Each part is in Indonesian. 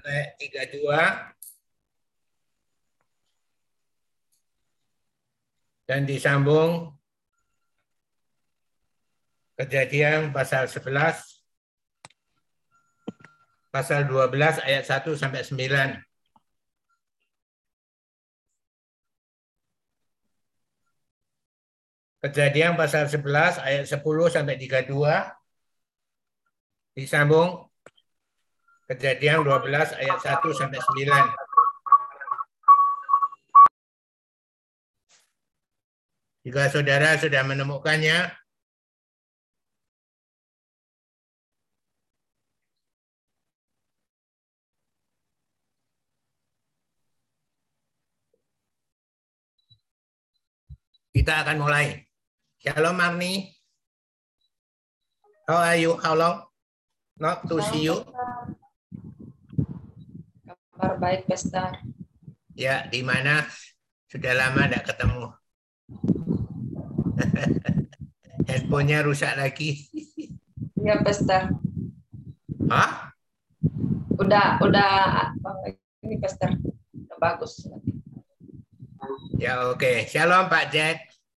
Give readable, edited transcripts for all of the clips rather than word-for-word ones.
sampai 32 dan disambung Kejadian pasal 11, pasal 12 ayat 1 sampai 9. Kejadian pasal 11 ayat 10 sampai 32 disambung Kejadian 12 ayat 1 sampai 9. Jika saudara sudah menemukannya, kita akan mulai. Shalom Marni. How are you? How long? Not to see you. Kabar baik, Pastor. Ya, di mana? Sudah lama tidak ketemu. Handphonenya rusak lagi. Iya, Pastor. Hah? Udah ini, Pastor. Udah bagus. Ya, oke. Shalom Pak Jack.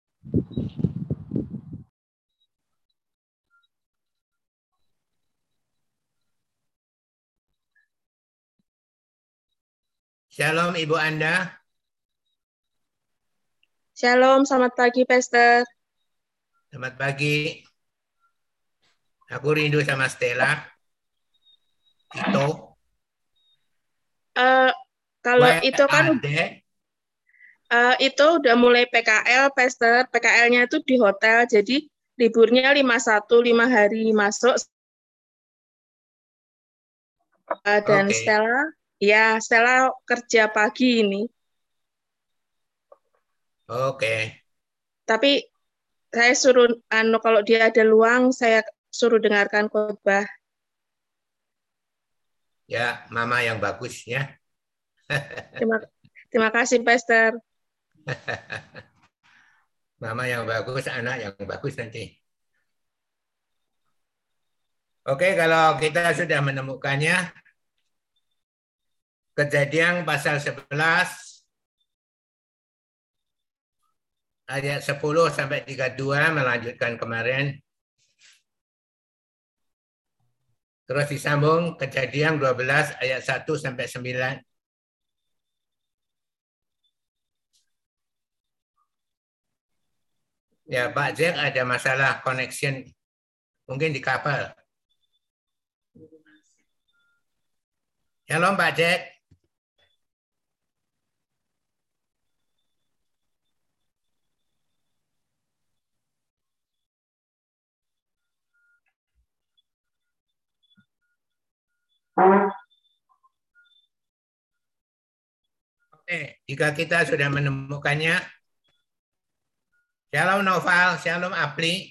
Shalom Ibu Anda. Shalom, selamat pagi, Pastor. Selamat pagi. Aku rindu sama Stella. Tito. Kalau Where itu kan are they? itu udah mulai PKL, Pastor. PKL-nya itu di hotel, jadi liburnya 51, 5 hari masuk. Dan Oke. Stella kerja pagi ini. Oke. Tapi saya suruh, kalau dia ada luang, saya suruh dengarkan khotbah. Ya, Mama yang bagus ya. Terima kasih, Pastor. Mama yang bagus, anak yang bagus nanti. Oke, kalau kita sudah menemukannya, Kejadian pasal 11 ayat 10 sampai 32 melanjutkan kemarin. Terus disambung Kejadian 12 ayat 1 sampai 9. Ya, Pak Jack ada masalah connection. Mungkin di kapal. Shalom Pak Jack. Oke, jika kita sudah menemukannya, Shalom Noval, Shalom Apli.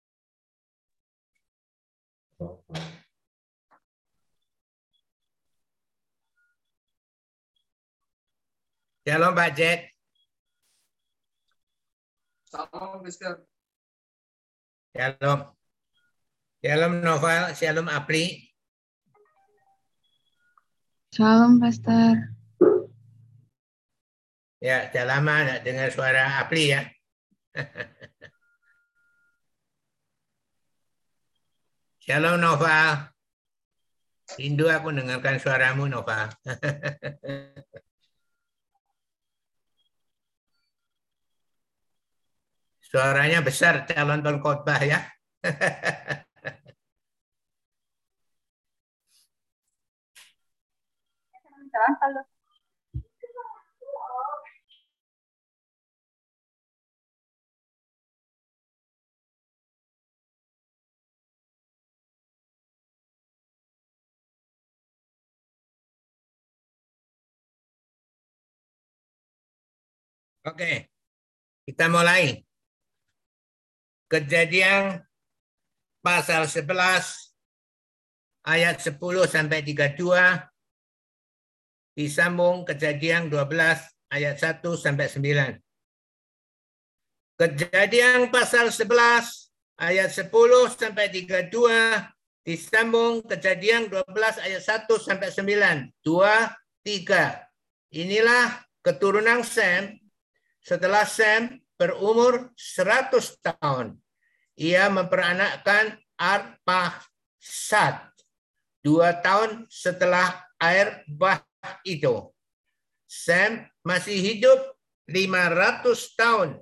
Shalom Pak Jack. Shalom, Mister. Shalom. Shalom Noval, Shalom Apli. Shalom, Pastor. Ya, sudah lama tidak dengar suara Apli ya. Shalom Noval. Rindu aku dengarkan suaramu Noval. Suaranya besar calon pengkhotbah ya. Oke, kita mulai. Kejadian pasal 11 ayat 10 sampai 32 disambung Kejadian 12 ayat 1 sampai 9. Kejadian pasal 11 ayat 10 sampai 32 Disambung Kejadian 12 ayat 1 sampai 9. 2, 3. Inilah keturunan Sem setelah Sem berumur 100 tahun. Ia memperanakkan Arphaxad 2 tahun setelah air bah itu. Sem masih hidup 500 tahun.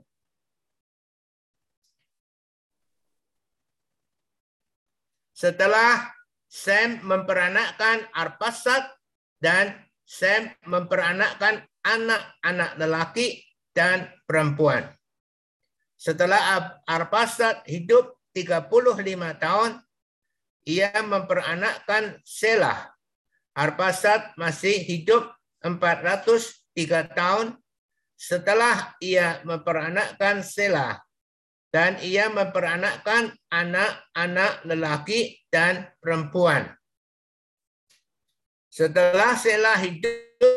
Setelah Sem memperanakkan Arphaxad dan Sem memperanakkan anak-anak lelaki dan perempuan. Setelah Arphaxad hidup 35 tahun, ia memperanakkan Selah. Arphaxad masih hidup 403 tahun setelah ia memperanakkan Selah. Dan ia memperanakkan anak-anak lelaki dan perempuan. Setelah Selah hidup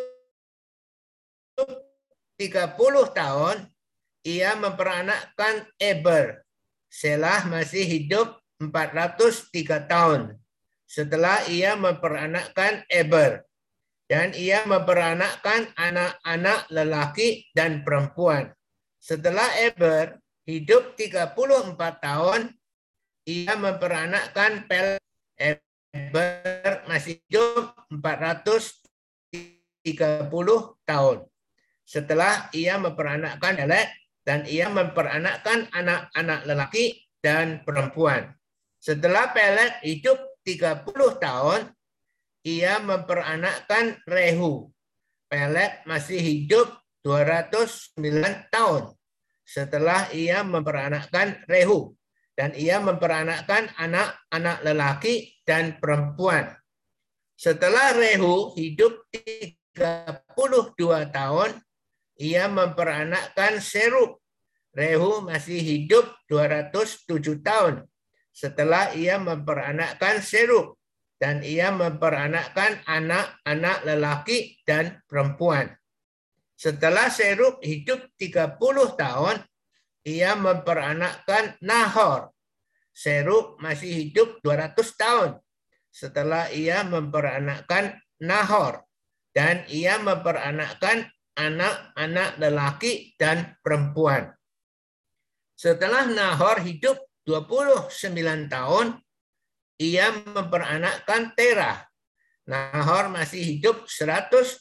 30 tahun, ia memperanakkan Eber. Selah masih hidup 403 tahun setelah ia memperanakkan Eber. Dan ia memperanakkan anak-anak lelaki dan perempuan. Setelah Eber hidup 34 tahun, ia memperanakkan Peleg. Eber masih hidup 430 tahun setelah ia memperanakkan Peleg, dan ia memperanakkan anak-anak lelaki dan perempuan. Setelah Peleg hidup 30 tahun, ia memperanakkan Rehu. Peleg masih hidup 209 tahun setelah ia memperanakkan Rehu. Dan ia memperanakkan anak-anak lelaki dan perempuan. Setelah Rehu hidup 32 tahun, ia memperanakkan Serug. Rehu masih hidup 207 tahun setelah ia memperanakkan Serug. Dan ia memperanakkan anak-anak lelaki dan perempuan. Setelah Serug hidup 30 tahun, ia memperanakkan Nahor. Serug masih hidup 200 tahun setelah ia memperanakkan Nahor. Dan ia memperanakkan anak-anak lelaki dan perempuan. Setelah Nahor hidup 29 tahun, ia memperanakkan Terah. Nahor masih hidup 119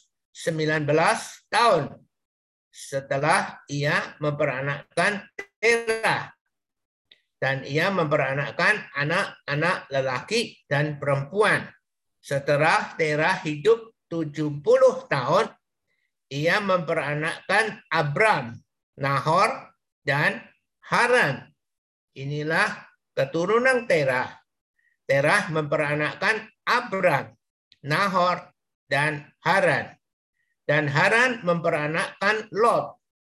tahun setelah ia memperanakkan Terah. Dan ia memperanakkan anak-anak lelaki dan perempuan. Setelah Terah hidup 70 tahun, ia memperanakkan Abram, Nahor, dan Haran. Inilah keturunan Terah. Terah memperanakkan Abram, Nahor, dan Haran. Dan Haran memperanakkan Lot.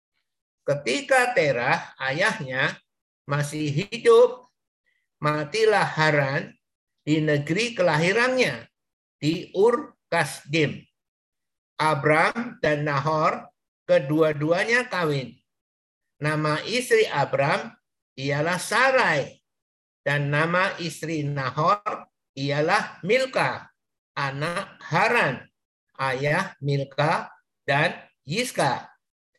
Ketika Terah, ayahnya, masih hidup, matilah Haran di negeri kelahirannya, di Ur Kasdim. Abram dan Nahor kedua-duanya kawin. Nama istri Abram ialah Sarai, dan nama istri Nahor ialah Milka, anak Haran, ayah Milka dan Yiska.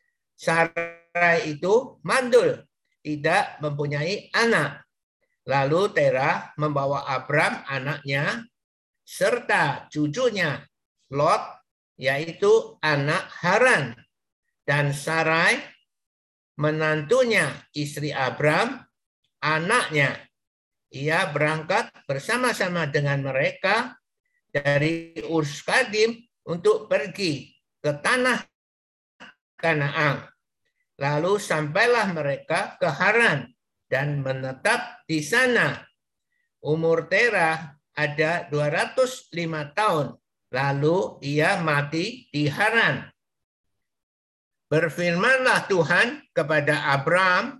Sarai itu mandul, tidak mempunyai anak. Lalu Terah membawa Abram anaknya serta cucunya Lot, yaitu anak Haran, dan Sarai menantunya istri Abram, anaknya. Ia berangkat bersama-sama dengan mereka dari Ur Kasdim untuk pergi ke tanah Kanaan. Lalu sampailah mereka ke Haran dan menetap di sana. Umur Terah ada 205 tahun. Lalu ia mati di Haran. Berfirmanlah Tuhan kepada Abram,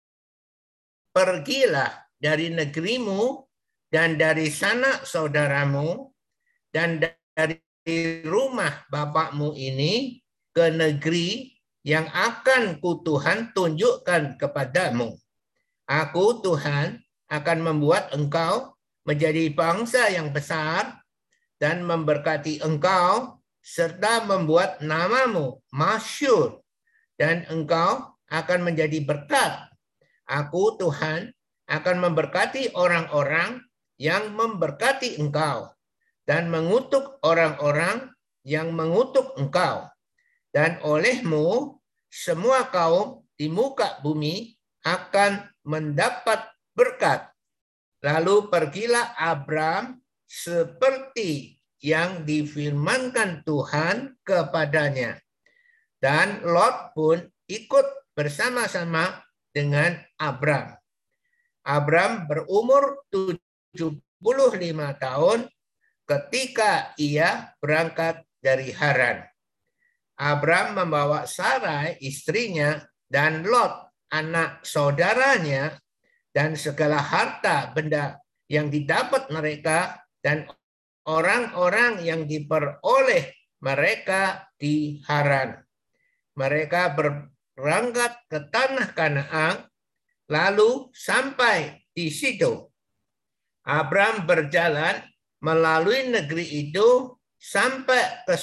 pergilah dari negerimu dan dari sanak saudaramu dan dari rumah bapakmu ini ke negeri yang akan ku Tuhan tunjukkan kepadamu. Aku Tuhan akan membuat engkau menjadi bangsa yang besar dan memberkati engkau serta membuat namamu masyhur dan engkau akan menjadi berkat. Aku Tuhan akan memberkati orang-orang yang memberkati engkau dan mengutuk orang-orang yang mengutuk engkau. Dan olehmu semua kaum di muka bumi akan mendapat berkat. Lalu pergilah Abram seperti yang difirmankan Tuhan kepadanya. Dan Lot pun ikut bersama-sama dengan Abram. Abram berumur 75 tahun ketika ia berangkat dari Haran. Abram membawa Sarai istrinya dan Lot anak saudaranya dan segala harta benda yang didapat mereka dan orang-orang yang diperoleh mereka di Haran. Mereka berangkat ke tanah Kanaan, lalu sampai di situ. Abram berjalan melalui negeri itu sampai ke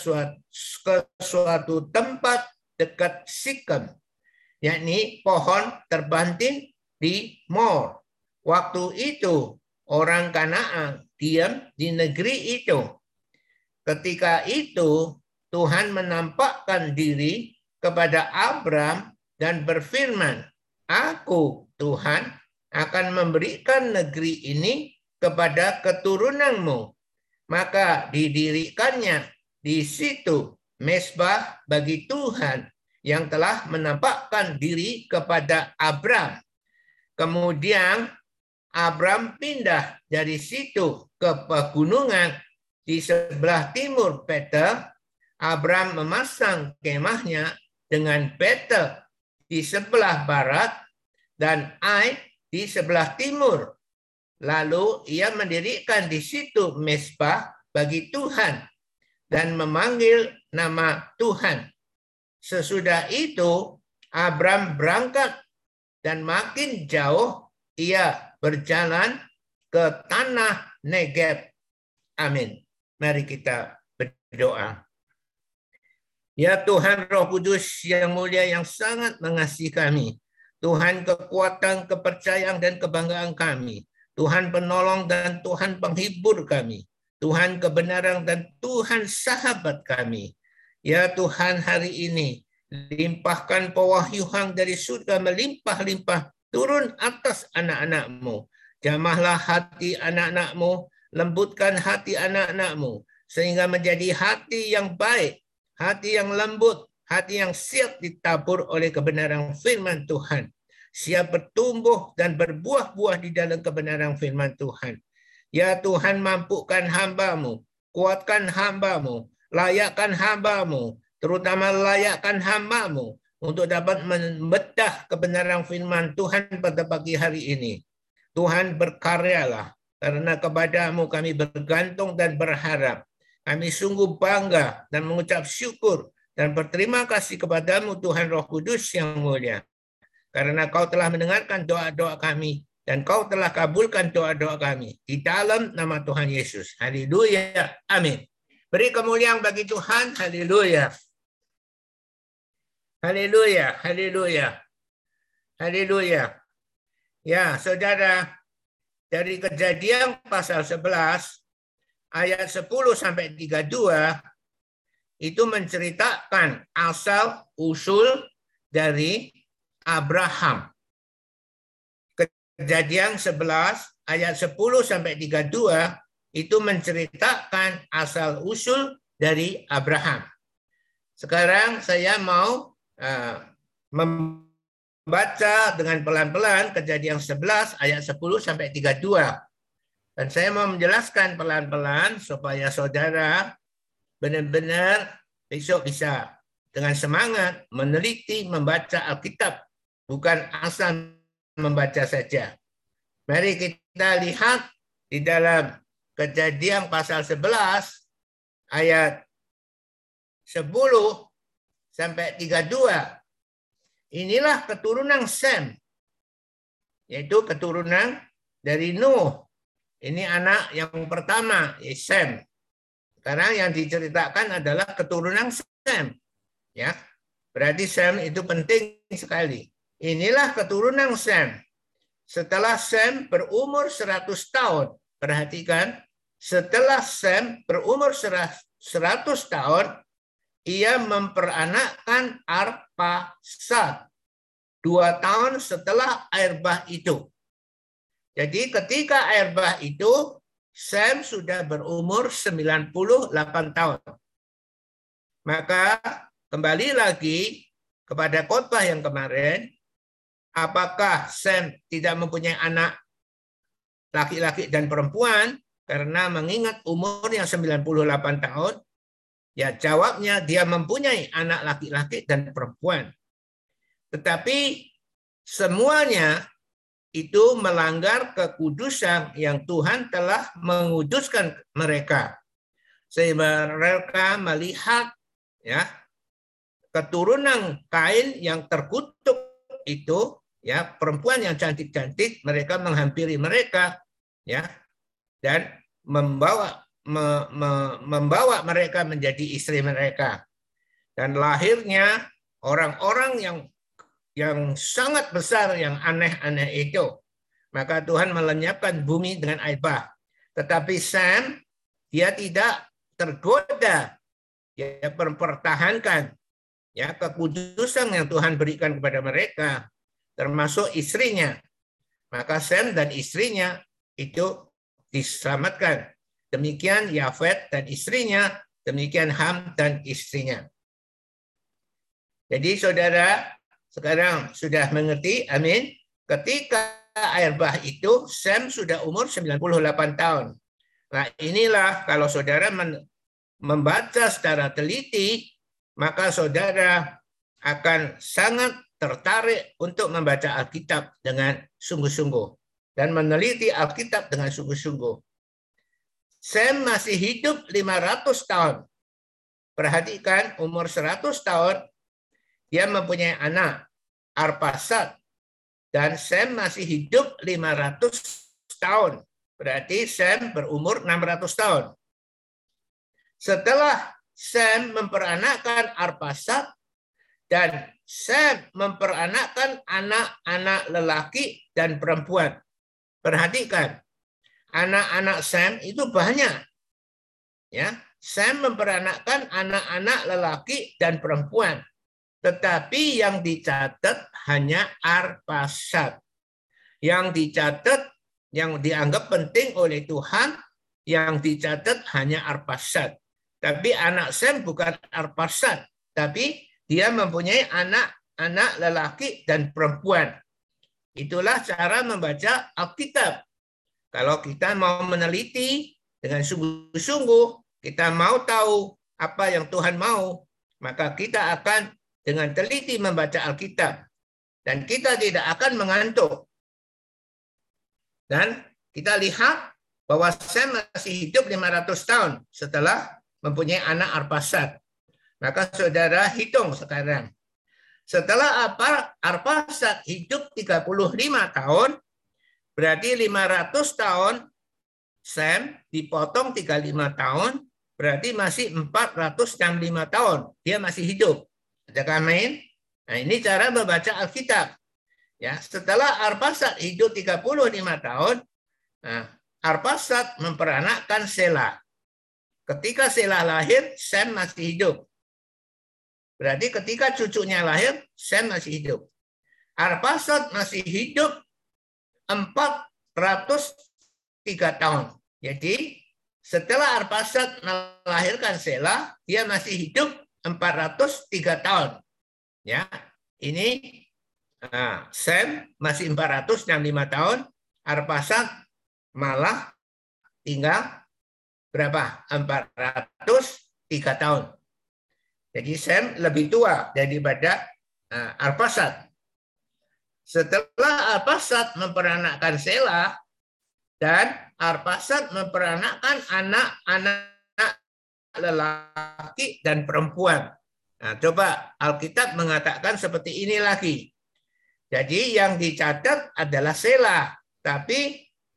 suatu tempat dekat Sikem, yakni pohon terbanting di More. Waktu itu orang Kanaan diam di negeri itu. Ketika itu Tuhan menampakkan diri kepada Abram dan berfirman, Aku, Tuhan, akan memberikan negeri ini kepada keturunanmu. Maka didirikannya di situ mezbah bagi Tuhan yang telah menampakkan diri kepada Abram. Kemudian Abram pindah dari situ ke pegunungan di sebelah timur Betel. Abram memasang kemahnya dengan Betel di sebelah barat dan Ai di sebelah timur. Lalu ia mendirikan di situ mezbah bagi Tuhan dan memanggil nama Tuhan. Sesudah itu Abram berangkat dan makin jauh ia berjalan ke tanah Negeb. Amin. Mari kita berdoa. Ya Tuhan Roh Kudus yang mulia yang sangat mengasihi kami. Tuhan kekuatan, kepercayaan, dan kebanggaan kami. Tuhan penolong dan Tuhan penghibur kami. Tuhan kebenaran dan Tuhan sahabat kami. Ya Tuhan hari ini, limpahkan pewahyuan dari surga melimpah-limpah turun atas anak-anak-Mu. Jamahlah hati anak-anak-Mu, lembutkan hati anak-anak-Mu, sehingga menjadi hati yang baik, hati yang lembut, hati yang siap ditabur oleh kebenaran firman Tuhan. Siap bertumbuh dan berbuah-buah di dalam kebenaran firman Tuhan. Ya Tuhan, mampukan hamba-Mu, kuatkan hamba-Mu, layakkan hamba-Mu, terutama layakkan hamba-Mu untuk dapat membedah kebenaran firman Tuhan pada pagi hari ini. Tuhan berkaryalah, karena kepada-Mu kami bergantung dan berharap. Kami sungguh bangga dan mengucap syukur dan berterima kasih kepada-Mu Tuhan Roh Kudus yang mulia. Karena Kau telah mendengarkan doa-doa kami dan Kau telah kabulkan doa-doa kami. Di dalam nama Tuhan Yesus. Haleluya. Amin. Beri kemuliaan bagi Tuhan. Haleluya. Haleluya. Haleluya. Haleluya. Ya, saudara, dari Kejadian pasal 11 ayat 10 sampai 32 itu menceritakan asal usul dari Abraham. Kejadian 11 ayat 10 sampai 32 itu menceritakan asal usul dari Abraham. Sekarang saya mau membaca dengan pelan-pelan Kejadian 11 ayat 10 sampai 32. Dan saya mau menjelaskan pelan-pelan supaya saudara benar-benar besok bisa dengan semangat meneliti membaca Alkitab, bukan asal membaca saja. Mari kita lihat di dalam Kejadian pasal 11 ayat 10 sampai 32. Inilah keturunan Sem, yaitu keturunan dari Nuh. Ini anak yang pertama, Sem. Karena yang diceritakan adalah keturunan Sem. Ya, berarti Sem itu penting sekali. Inilah keturunan Sem. Setelah Sem berumur 100 tahun, perhatikan, setelah Sem berumur 100 tahun, ia memperanakkan Arphaxad 2 tahun setelah air bah itu. Jadi ketika air bah itu, Sem sudah berumur 98 tahun. Maka kembali lagi kepada khotbah yang kemarin, apakah Sem tidak mempunyai anak laki-laki dan perempuan karena mengingat umur yang 98 tahun? Ya, jawabnya dia mempunyai anak laki-laki dan perempuan. Tetapi semuanya itu melanggar kekudusan yang Tuhan telah menguduskan mereka. Sehingga mereka melihat ya keturunan Kain yang terkutuk itu, ya perempuan yang cantik-cantik, mereka menghampiri mereka, ya, dan membawa mereka menjadi istri mereka, dan lahirnya orang-orang yang sangat besar, yang aneh-aneh itu. Maka Tuhan melenyapkan bumi dengan air bah. Tetapi Sem, dia tidak tergoda, ya mempertahankan ya kekudusan yang Tuhan berikan kepada mereka, termasuk istrinya. Maka Sem dan istrinya itu diselamatkan. Demikian Yafet dan istrinya, demikian Ham dan istrinya. Jadi saudara sekarang sudah mengerti, amin. Ketika air bah itu, Sem sudah umur 98 tahun. Nah inilah kalau saudara membaca secara teliti, maka saudara akan sangat tertarik untuk membaca Alkitab dengan sungguh-sungguh dan meneliti Alkitab dengan sungguh-sungguh. Sem masih hidup 500 tahun. Perhatikan, umur 100 tahun, dia mempunyai anak, Arphaxad. Dan Sem masih hidup 500 tahun. Berarti Sem berumur 600 tahun. Setelah Sem memperanakkan Arphaxad, dan Sem memperanakkan anak-anak lelaki dan perempuan. Perhatikan, anak-anak Sem itu banyak. Ya, Sem memperanakkan anak-anak lelaki dan perempuan. Tetapi yang dicatat hanya Arphaxad. Yang dicatat, yang dianggap penting oleh Tuhan, yang dicatat hanya Arphaxad. Tapi anak Sem bukan Arphaxad, tapi dia mempunyai anak-anak lelaki dan perempuan. Itulah cara membaca Alkitab. Kalau kita mau meneliti dengan sungguh-sungguh, kita mau tahu apa yang Tuhan mau, maka kita akan dengan teliti membaca Alkitab. Dan kita tidak akan mengantuk. Dan kita lihat bahwa Sem masih hidup 500 tahun setelah mempunyai anak Arphaxad. Maka saudara hitung sekarang. Setelah Arphaxad hidup 35 tahun, berarti 500 tahun, Sem dipotong 35 tahun, berarti masih 465 tahun. Dia masih hidup. Adakah amin? Nah, ini cara membaca Alkitab. Ya, setelah Arphaxad hidup 35 tahun, nah, Arphaxad memperanakkan Sela. Ketika Sela lahir, Sem masih hidup. Berarti ketika cucunya lahir, Sem masih hidup. Arphaxad masih hidup 403 tahun. Jadi setelah Arphaxad melahirkan Sela, dia masih hidup 403 tahun. Ya, ini Sem masih 465 tahun, Arphaxad malah tinggal berapa? 403 tahun. Jadi Sem lebih tua daripada Arphaxad. Setelah Arphaxad memperanakkan Sela, dan Arphaxad memperanakkan anak-anak lelaki dan perempuan. Nah, coba Alkitab mengatakan seperti ini lagi. Jadi yang dicatat adalah Sela, tapi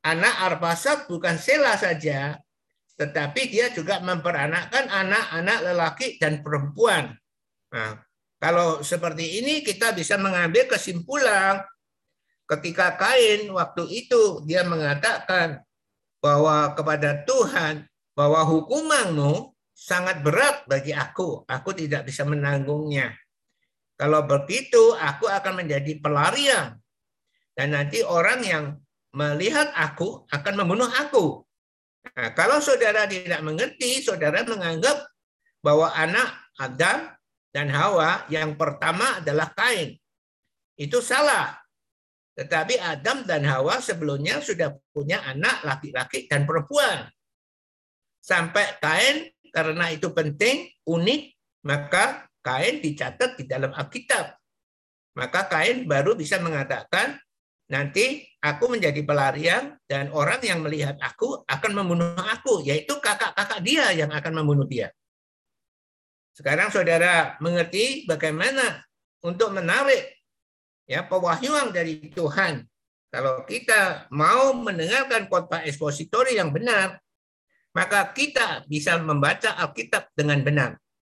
anak Arpasad bukan Sela saja, tetapi dia juga memperanakkan anak-anak lelaki dan perempuan. Nah, kalau seperti ini kita bisa mengambil kesimpulan ketika Kain waktu itu dia mengatakan bahwa kepada Tuhan bahwa hukumanmu sangat berat bagi aku tidak bisa menanggungnya. Kalau begitu aku akan menjadi pelarian dan nanti orang yang melihat aku akan membunuh aku. Nah, kalau saudara tidak mengerti, saudara menganggap bahwa anak Adam dan Hawa yang pertama adalah Kain. Itu salah. Tetapi Adam dan Hawa sebelumnya sudah punya anak laki-laki dan perempuan. Sampai Kain, karena itu penting, unik, maka Kain dicatat di dalam Alkitab. Maka Kain baru bisa mengatakan, nanti aku menjadi pelarian dan orang yang melihat aku akan membunuh aku, yaitu kakak-kakak dia yang akan membunuh dia. Sekarang saudara mengerti bagaimana untuk menarik pewahyuan dari Tuhan. Kalau kita mau mendengarkan khotbah ekspositori yang benar, maka kita bisa membaca Alkitab dengan benar.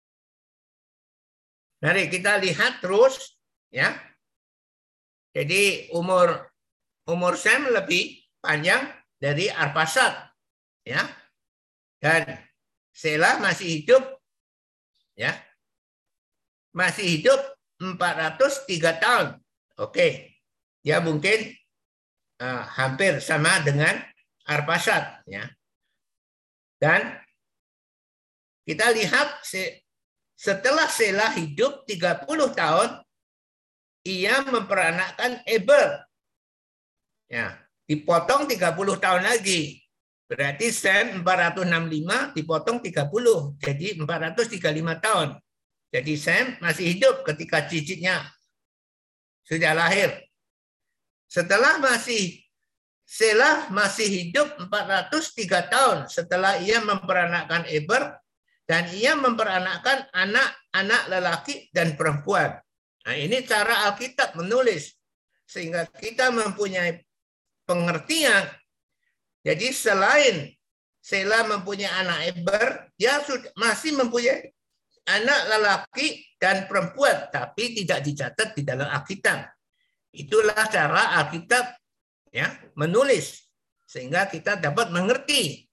Mari kita lihat terus, ya. Jadi umur Sem lebih panjang dari Arpasad, ya. Dan Sela masih hidup, ya. Masih hidup 403 tahun. Oke. Dia mungkin hampir sama dengan Arpasad, ya. Dan kita lihat setelah Sela hidup 30 tahun, ia memperanakkan Eber. Ya, dipotong 30 tahun lagi. Berarti Sem 465 dipotong 30, jadi 435 tahun. Jadi Sem masih hidup ketika cicitnya sudah lahir. Setelah Sela masih hidup 403 tahun setelah ia memperanakkan Eber dan ia memperanakkan anak-anak lelaki dan perempuan. Nah, ini cara Alkitab menulis sehingga kita mempunyai pengertian. Jadi selain Sela mempunyai anak Eber, dia masih mempunyai anak lelaki dan perempuan, tapi tidak dicatat di dalam Alkitab. Itulah cara Alkitab menulis sehingga kita dapat mengerti.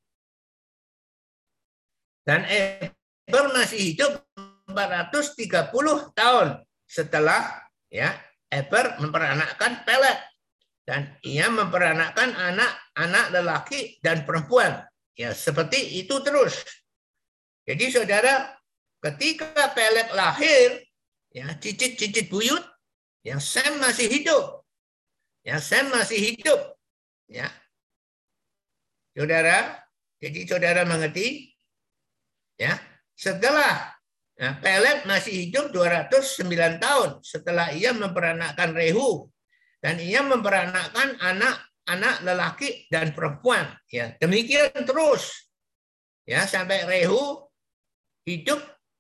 Dan Eber masih hidup 430 tahun setelah Eber memperanakkan Peleg dan ia memperanakkan anak-anak lelaki dan perempuan. Ya, seperti itu terus. Jadi saudara, ketika Peleg lahir, cicit-cicit buyut, Sem masih hidup. Sem masih hidup. Ya. Saudara, jadi saudara mengerti? Ya. Setelah Peleg masih hidup 209 tahun setelah ia memperanakkan Rehu dan ia memperanakkan anak-anak lelaki dan perempuan. Ya, demikian terus. Ya, sampai Rehu hidup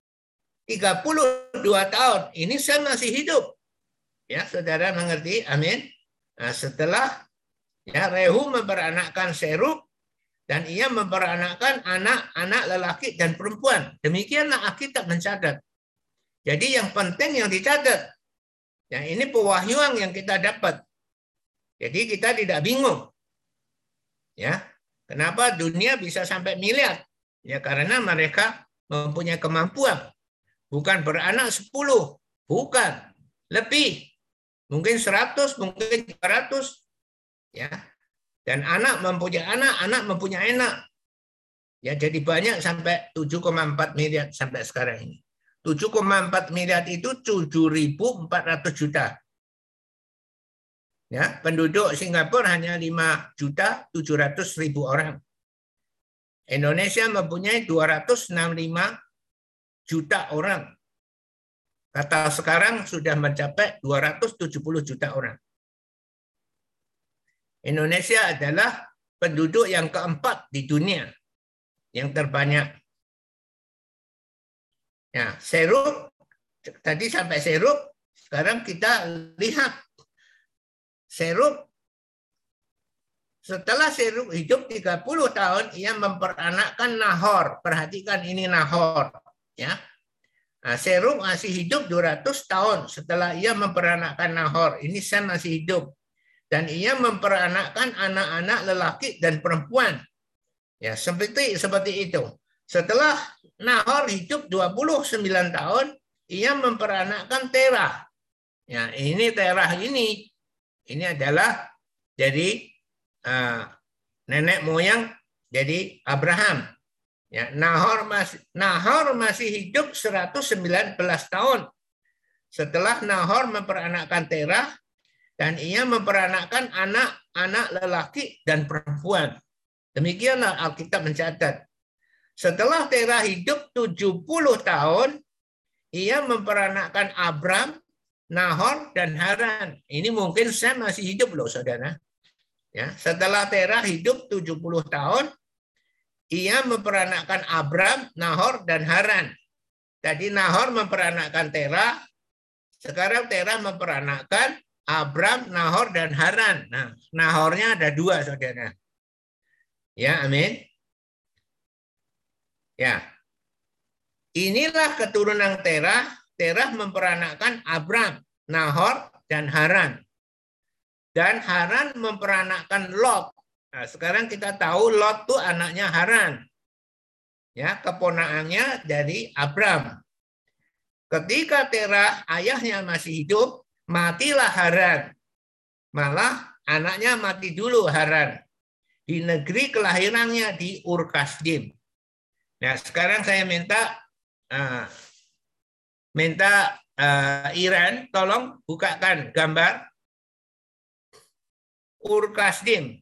32 tahun. Ini Sem masih hidup. Ya, saudara mengerti? Amin. Nah, setelah Rehu memperanakkan Serug dan ia memperanakkan anak-anak lelaki dan perempuan. Demikianlah Alkitab mencatat. Jadi yang penting yang dicatat. Ya, ini pewahyuan yang kita dapat. Jadi kita tidak bingung. Ya, kenapa dunia bisa sampai miliar? Ya, karena mereka mempunyai kemampuan. Bukan beranak 10, bukan. Lebih. Mungkin 100, mungkin 200. Ya. Dan anak mempunyai anak mempunyai anak. Ya, jadi banyak sampai 7,4 miliar sampai sekarang ini. 7,4 miliar itu 7.400 juta. Ya, penduduk Singapura hanya 5.700.000 orang. Indonesia mempunyai 265 juta orang. Kata sekarang sudah mencapai 270 juta orang. Indonesia adalah penduduk yang keempat di dunia yang terbanyak. Ya, Serug tadi sampai Serug, sekarang kita lihat Serug Setelah Serug hidup 30 tahun, ia memperanakkan Nahor. Perhatikan ini Nahor. Ya. Nah, Serug masih hidup 200 tahun setelah ia memperanakkan Nahor. Ini Sem masih hidup. Dan ia memperanakkan anak-anak lelaki dan perempuan. Ya, seperti itu. Setelah Nahor hidup 29 tahun, ia memperanakkan Terah. Ya, ini Terah ini adalah jadi nenek moyang jadi Abraham. Ya, Nahor masih hidup 119 tahun. Setelah Nahor memperanakkan Terah dan ia memperanakkan anak-anak lelaki dan perempuan. Demikianlah Alkitab mencatat. Setelah Terah hidup 70 tahun, ia memperanakkan Abram, Nahor, dan Haran. Ini mungkin Sem masih hidup loh, saudara. Ya, setelah Terah hidup 70 tahun, ia memperanakkan Abram, Nahor, dan Haran. Tadi Nahor memperanakkan Terah, sekarang Terah memperanakkan Abram, Nahor, dan Haran. Nah, Nahornya ada 2, saudara. Ya, amin. Ya. Inilah keturunan Terah. Terah memperanakkan Abram, Nahor, dan Haran. Dan Haran memperanakkan Lot. Nah, sekarang kita tahu Lot itu anaknya Haran. Ya, keponakannya dari Abram. Ketika Terah ayahnya masih hidup, matilah Haran. Malah anaknya mati dulu Haran. Di negeri kelahirannya di Ur-Kasdim. Nah, sekarang saya minta Iren, tolong bukakan gambar Ur-Kasdim.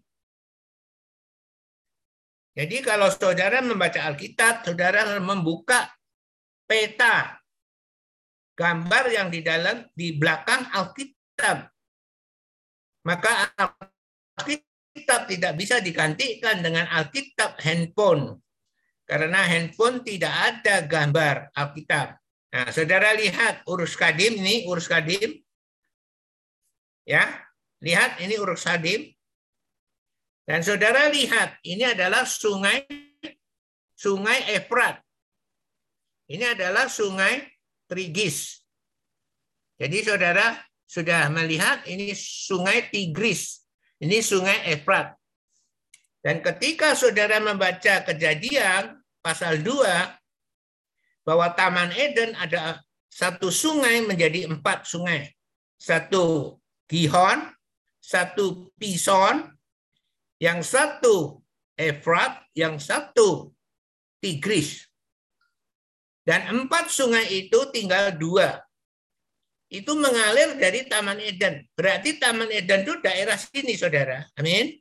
Jadi kalau saudara membaca Alkitab, saudara membuka peta gambar yang di belakang Alkitab. Maka Alkitab tidak bisa digantikan dengan Alkitab handphone. Karena handphone tidak ada gambar Alkitab. Nah, saudara lihat Ur-Kasdim ini, Ur-Kasdim. Ya, lihat ini Ur-Kasdim. Dan saudara lihat, ini adalah sungai Efrat. Ini adalah sungai Tigris. Jadi saudara sudah melihat ini sungai Tigris. Ini sungai Efrat. Dan ketika saudara membaca Kejadian pasal 2, bahwa Taman Eden ada satu sungai menjadi 4 sungai. Satu Gihon, satu Pison, yang satu Efrat, yang satu Tigris. Dan 4 sungai itu tinggal 2. Itu mengalir dari Taman Eden. Berarti Taman Eden itu daerah sini, saudara. Amin.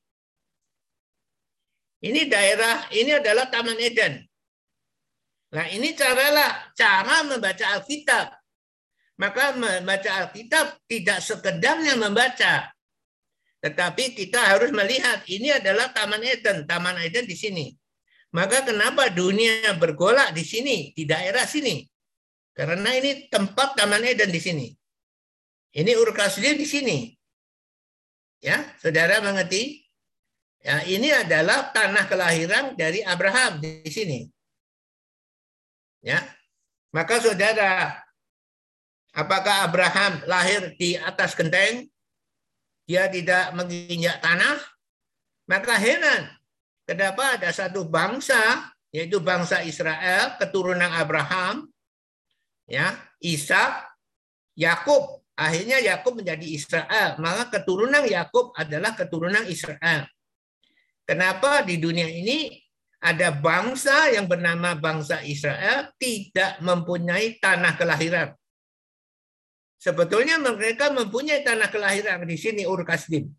Ini adalah Taman Eden. Nah, ini cara membaca Alkitab. Maka membaca Alkitab tidak sekedarnya membaca. Tetapi kita harus melihat ini adalah Taman Eden. Taman Eden di sini. Maka kenapa dunia bergolak di sini, di daerah sini? Karena ini tempat Taman Eden di sini. Ini Ur-Kasdim di sini. Ya, saudara mengerti? Ya, ini adalah tanah kelahiran dari Abraham di sini. Ya. Maka saudara, apakah Abraham lahir di atas genteng? Dia tidak menginjak tanah? Maka heran, kenapa ada satu bangsa, yaitu bangsa Israel, keturunan Abraham, ya, Ishak, Yakub. Akhirnya Yakub menjadi Israel. Maka keturunan Yakub adalah keturunan Israel. Kenapa di dunia ini ada bangsa yang bernama bangsa Israel tidak mempunyai tanah kelahiran? Sebetulnya mereka mempunyai tanah kelahiran di sini Ur-Kasdim.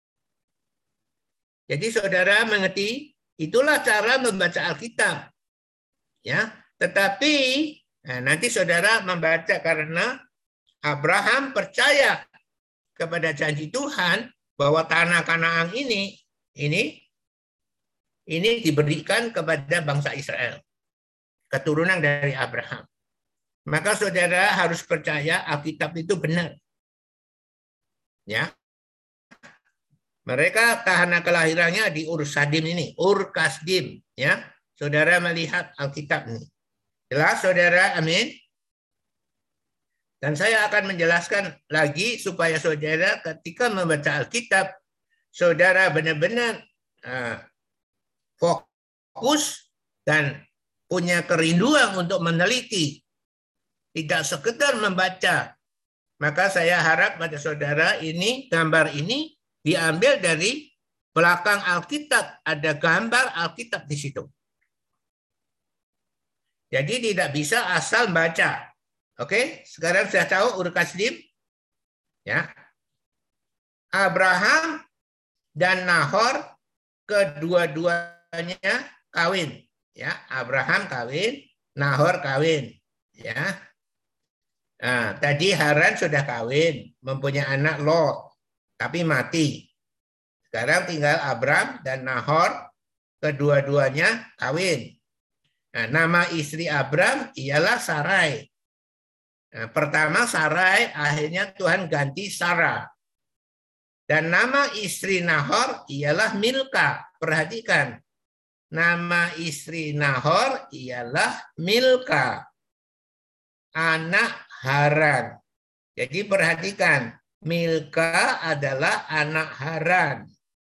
Jadi saudara mengerti, itulah cara membaca Alkitab. Ya, tetapi nanti saudara membaca karena Abraham percaya kepada janji Tuhan bahwa tanah Kanaan ini diberikan kepada bangsa Israel, keturunan dari Abraham. Maka saudara harus percaya Alkitab itu benar. Ya. Mereka tahanan kelahirannya di Ur Sadim ini, Ur Kasdim, ya. Saudara melihat Alkitab ini. Jelas, saudara? Amin. Dan saya akan menjelaskan lagi supaya saudara ketika membaca Alkitab, saudara benar-benar fokus dan punya kerinduan untuk meneliti. Tidak sekedar membaca. Maka saya harap pada saudara ini, gambar ini diambil dari belakang Alkitab. Ada gambar Alkitab di situ. Jadi tidak bisa asal baca. Oke, sekarang sudah tahu Ur Kasdim? Ya. Abraham dan Nahor kedua-duanya kawin. Ya, Abraham kawin, Nahor kawin. Ya. Nah, tadi Haran sudah kawin, mempunyai anak Lot, tapi mati. Sekarang tinggal Abram dan Nahor, kedua-duanya kawin. Nah, nama istri Abram ialah Sarai. Nah, pertama Sarai, akhirnya Tuhan ganti Sarah. Dan nama istri Nahor ialah Milka. Perhatikan, nama istri Nahor ialah Milka, anak Haran. Jadi perhatikan, Milka adalah anak Haran.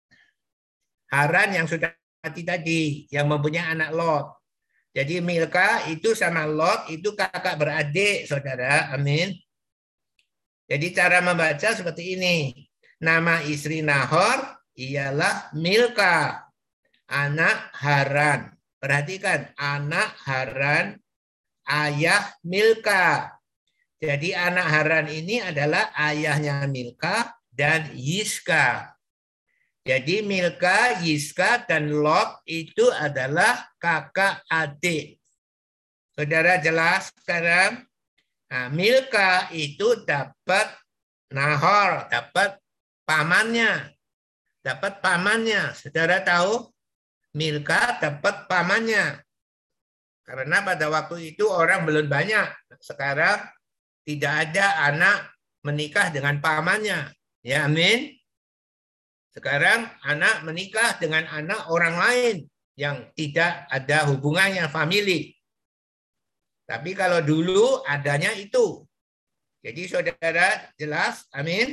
Haran yang sudah mati tadi, yang mempunyai anak Lot. Jadi Milka itu sama Lot itu kakak beradik, saudara. Amin. Jadi cara membaca seperti ini. Nama istri Nahor ialah Milka, anak Haran. Perhatikan, anak Haran, ayah Milka. Jadi anak Haran ini adalah ayahnya Milka dan Yiska. Jadi Milka, Yiska, dan Lot itu adalah kakak adik. Saudara jelas sekarang? Nah, Milka itu dapat Nahor, dapat pamannya. Dapat pamannya. Saudara tahu? Milka dapat pamannya. Karena pada waktu itu orang belum banyak. Sekarang tidak ada anak menikah dengan pamannya. Ya, amin. Sekarang anak menikah dengan anak orang lain yang tidak ada hubungannya famili. Tapi kalau dulu adanya itu. Jadi saudara jelas, amin.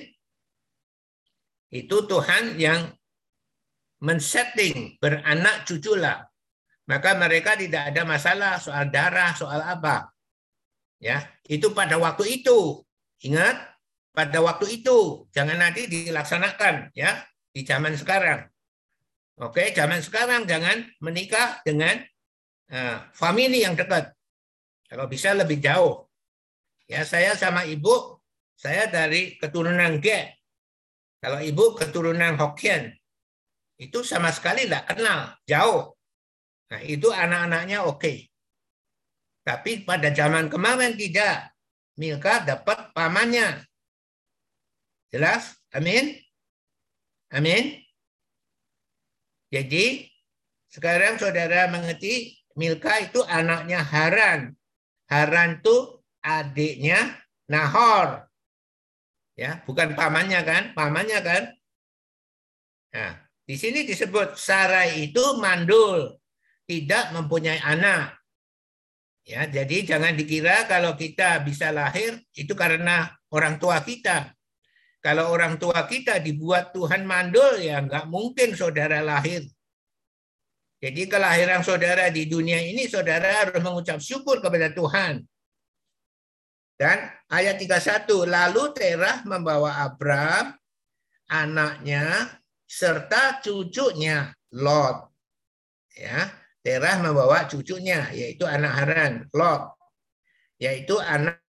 Itu Tuhan yang men-setting beranak cuculah. Maka mereka tidak ada masalah soal darah, soal apa. Ya, itu pada waktu itu. Ingat, pada waktu itu. Jangan nanti dilaksanakan, ya. Di zaman sekarang. Oke, zaman sekarang jangan menikah dengan famili yang dekat. Kalau bisa lebih jauh. Ya, saya sama ibu, saya dari keturunan Ge. Kalau ibu keturunan Hokkien, itu sama sekali tidak kenal, jauh. Nah, itu anak-anaknya oke. Tapi pada zaman kemarin tidak. Milka dapat pamannya. Jelas? Amin? Amin. Jadi sekarang saudara mengerti Milka itu anaknya Haran. Haran itu adiknya Nahor. Ya, bukan pamannya kan? Pamannya kan? Nah, di sini disebut Sarai itu mandul, tidak mempunyai anak. Ya, jadi jangan dikira kalau kita bisa lahir itu karena orang tua kita. Kalau orang tua kita dibuat Tuhan mandul, ya nggak mungkin saudara lahir. Jadi kelahiran saudara di dunia ini, saudara harus mengucap syukur kepada Tuhan. Dan ayat 31, lalu Terah membawa Abram, anaknya, serta cucunya Lot. Ya, Terah membawa cucunya, yaitu anak Haran, Lot. Yaitu anak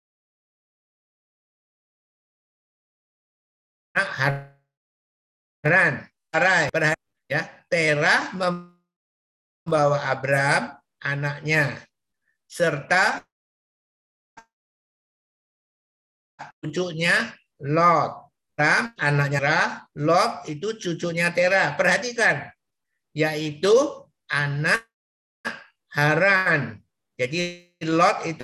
Haran, Sarai, ya. Terah membawa Abram, anaknya, serta cucunya Lot. Abram, anaknya Terah, Lot itu cucunya Terah. Perhatikan, yaitu anak Haran. Jadi Lot itu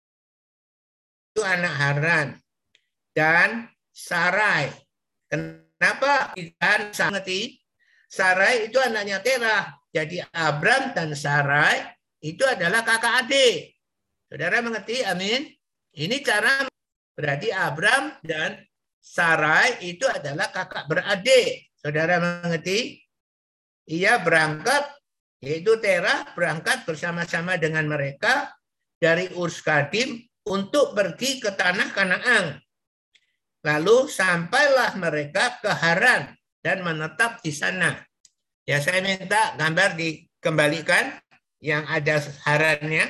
anak Haran. Dan Sarai. Kenapa? Dan mengerti Sarai itu anaknya Terah. Jadi Abram dan Sarai itu adalah kakak adik. Saudara mengerti? Amin. Ini cara berarti Abram dan Sarai itu adalah kakak beradik. Saudara mengerti? Ia berangkat, yaitu Terah berangkat bersama-sama dengan mereka dari Urs Kadim untuk pergi ke tanah Kanaan. Lalu sampailah mereka ke Haran dan menetap di sana. Ya, saya minta gambar dikembalikan yang ada Harannya.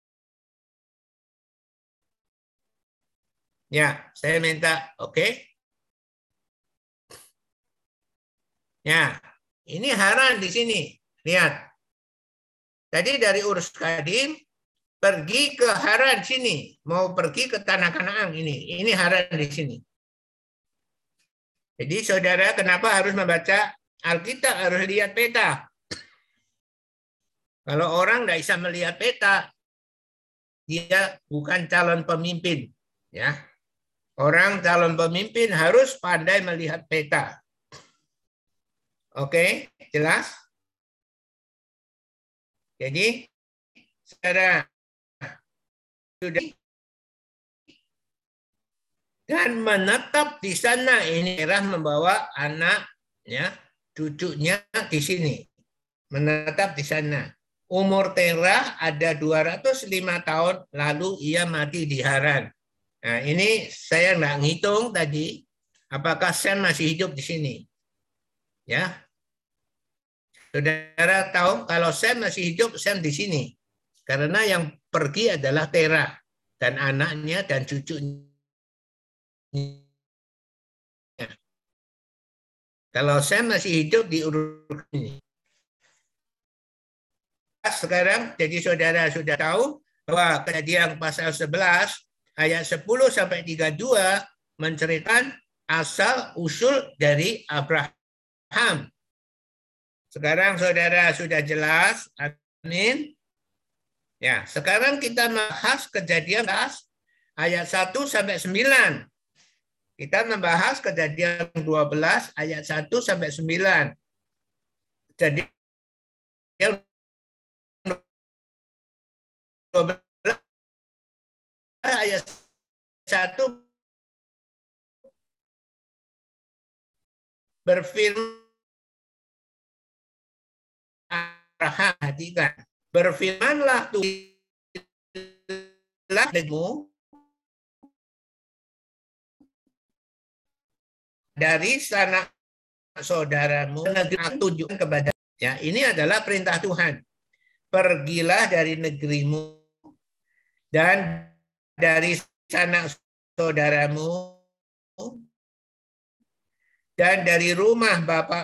Ya, saya minta, oke. Ya, ini Haran di sini. Lihat. Tadi dari Urs Kadim pergi ke Haran sini, mau pergi ke tanah Kanaan ini. Ini Haran di sini. Jadi saudara, kenapa harus membaca Alkitab, harus lihat peta? Kalau orang nggak bisa melihat peta, dia bukan calon pemimpin. Ya, orang calon pemimpin harus pandai melihat peta. Oke, jelas? Jadi, saudara, sudah dan menetap di sana. Ini Terah membawa anaknya, cucunya di sini. Menetap di sana. Umur Terah ada 205 tahun, lalu ia mati di Haran. Nah, ini saya nggak ngitung tadi, apakah Sem masih hidup di sini. Ya, saudara tahu kalau Sem masih hidup, Sem di sini. Karena yang pergi adalah Terah dan anaknya dan cucunya. Kalau Sem masih hidup di urut ini. Sekarang jadi saudara sudah tahu bahwa Kejadian pasal 11 ayat 10 sampai 32 menceritakan asal usul dari Abraham. Sekarang saudara sudah jelas, amin. Ya, sekarang kita bahas Kejadian ayat 1 sampai 9. Kita membahas Kejadian 12 ayat 1 sampai 9. Jadi 12 ayat 1 berfirman perhatikan, berfirmanlah Tuhanlah dengu dari sana saudaramu negeri tunjukkan kepada. Ya, ini adalah perintah Tuhan. Pergilah dari negerimu dan dari sanak saudaramu dan dari rumah bapak